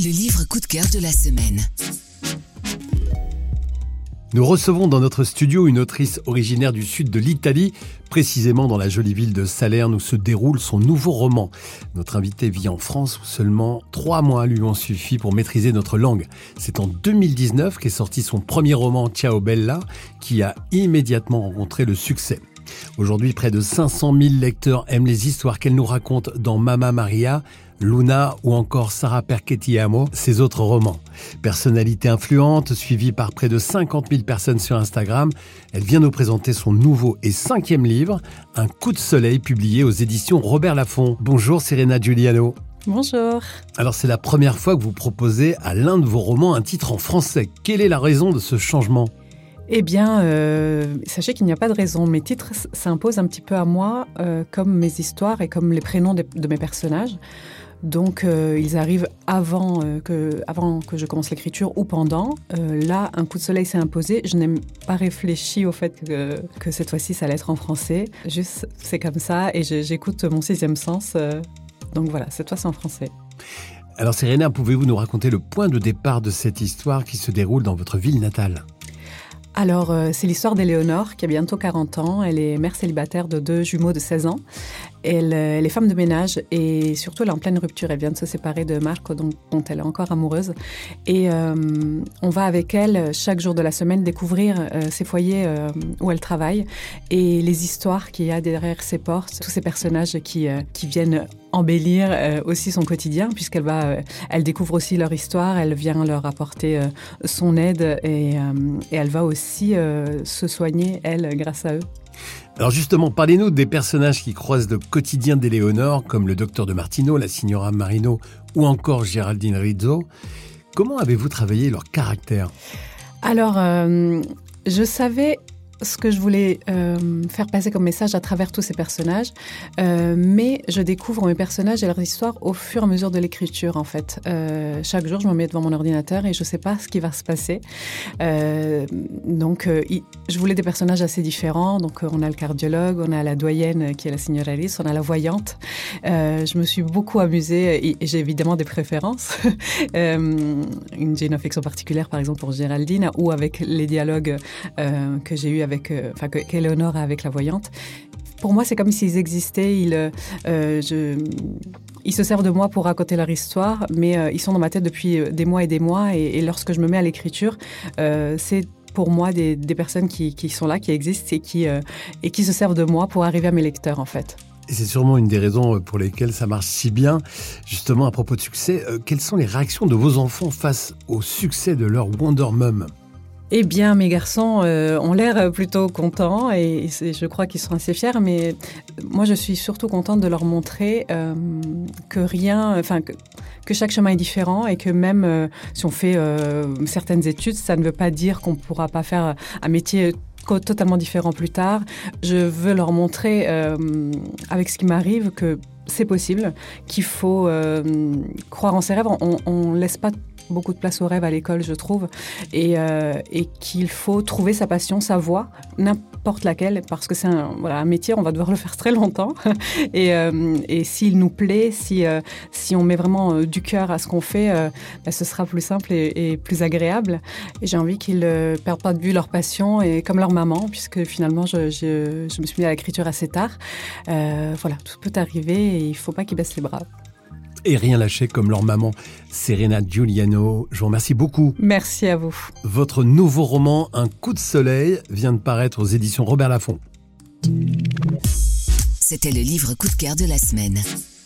Le livre coup de cœur de la semaine. Nous recevons dans notre studio une autrice originaire du sud de l'Italie, précisément dans la jolie ville de Salerne où se déroule son nouveau roman. Notre invitée vit en France où seulement 3 mois lui ont suffi pour maîtriser notre langue. C'est en 2019 qu'est sorti son premier roman Ciao Bella, qui a immédiatement rencontré le succès. Aujourd'hui, près de 500 000 lecteurs aiment les histoires qu'elle nous raconte dans Mamma Maria, Luna ou encore Sarà perché ti amo, ses autres romans. Personnalité influente, suivie par près de 50 000 personnes sur Instagram, elle vient nous présenter son nouveau et 5e livre, Un coup de soleil, publié aux éditions Robert Laffont. Bonjour Serena Giuliano. Bonjour. Alors c'est la première fois que vous proposez à l'un de vos romans un titre en français. Quelle est la raison de ce changement ? Eh bien, sachez qu'il n'y a pas de raison. Mes titres s'imposent un petit peu à moi, comme mes histoires et comme les prénoms de mes personnages. Donc, ils arrivent avant que je commence l'écriture ou pendant. Là, Un coup de soleil s'est imposé. Je n'ai pas réfléchi au fait que cette fois-ci, ça allait être en français. Juste, c'est comme ça et j'écoute mon 6e sens. Donc voilà, cette fois, c'est en français. Alors Serena, pouvez-vous nous raconter le point de départ de cette histoire qui se déroule dans votre ville natale ? Alors, c'est l'histoire d'Éléonore, qui a bientôt 40 ans. Elle est mère célibataire de 2 jumeaux de 16 ans. Elle est femme de ménage et surtout, elle est en pleine rupture. Elle vient de se séparer de Marco, dont elle est encore amoureuse. Et on va avec elle, chaque jour de la semaine, découvrir ces foyers où elle travaille et les histoires qu'il y a derrière ces portes. Tous ces personnages qui viennent embellir aussi son quotidien, elle découvre aussi leur histoire, elle vient leur apporter son aide et elle va aussi se soigner, elle, grâce à eux. Alors justement, parlez-nous des personnages qui croisent le quotidien d'Éléonore, comme le docteur de Martino, la signora Marino ou encore Géraldine Rizzo. Comment avez-vous travaillé leur caractère ? Alors, je savais ce que je voulais faire passer comme message à travers tous ces personnages, mais je découvre mes personnages et leurs histoires au fur et à mesure de l'écriture, en fait. Chaque jour, je me mets devant mon ordinateur et je ne sais pas ce qui va se passer. Donc, je voulais des personnages assez différents. Donc, on a le cardiologue, on a la doyenne qui est la signora Alice, on a la voyante. Je me suis beaucoup amusée et j'ai évidemment des préférences. J'ai une affection particulière, par exemple, pour Géraldine, ou avec les dialogues que j'ai eus qu'Éléonore a avec la voyante. Pour moi, c'est comme s'ils existaient. Ils se servent de moi pour raconter leur histoire, mais ils sont dans ma tête depuis des mois et des mois. Et lorsque je me mets à l'écriture, c'est pour moi des personnes qui sont là, qui existent et qui se servent de moi pour arriver à mes lecteurs, en fait. Et c'est sûrement une des raisons pour lesquelles ça marche si bien. Justement, à propos de succès, quelles sont les réactions de vos enfants face au succès de leur Wonder Mum ? Eh bien, mes garçons ont l'air plutôt contents et je crois qu'ils sont assez fiers, mais moi, je suis surtout contente de leur montrer que chaque chemin est différent et que même si on fait certaines études, ça ne veut pas dire qu'on ne pourra pas faire un métier totalement différent plus tard. Je veux leur montrer, avec ce qui m'arrive, que c'est possible, qu'il faut croire en ses rêves. On ne laisse pas beaucoup de place au rêve à l'école, je trouve, et qu'il faut trouver sa passion, sa voie, n'importe laquelle, parce que c'est un métier, on va devoir le faire très longtemps, et s'il nous plaît, si on met vraiment du cœur à ce qu'on fait, ce sera plus simple et plus agréable. Et j'ai envie qu'ils ne perdent pas de vue leur passion, et comme leur maman, puisque finalement, je me suis mis à l'écriture assez tard. Tout peut arriver, et il ne faut pas qu'ils baissent les bras. Et rien lâcher comme leur maman, Serena Giuliano. Je vous remercie beaucoup. Merci à vous. Votre nouveau roman, Un coup de soleil, vient de paraître aux éditions Robert Laffont. C'était le livre coup de cœur de la semaine.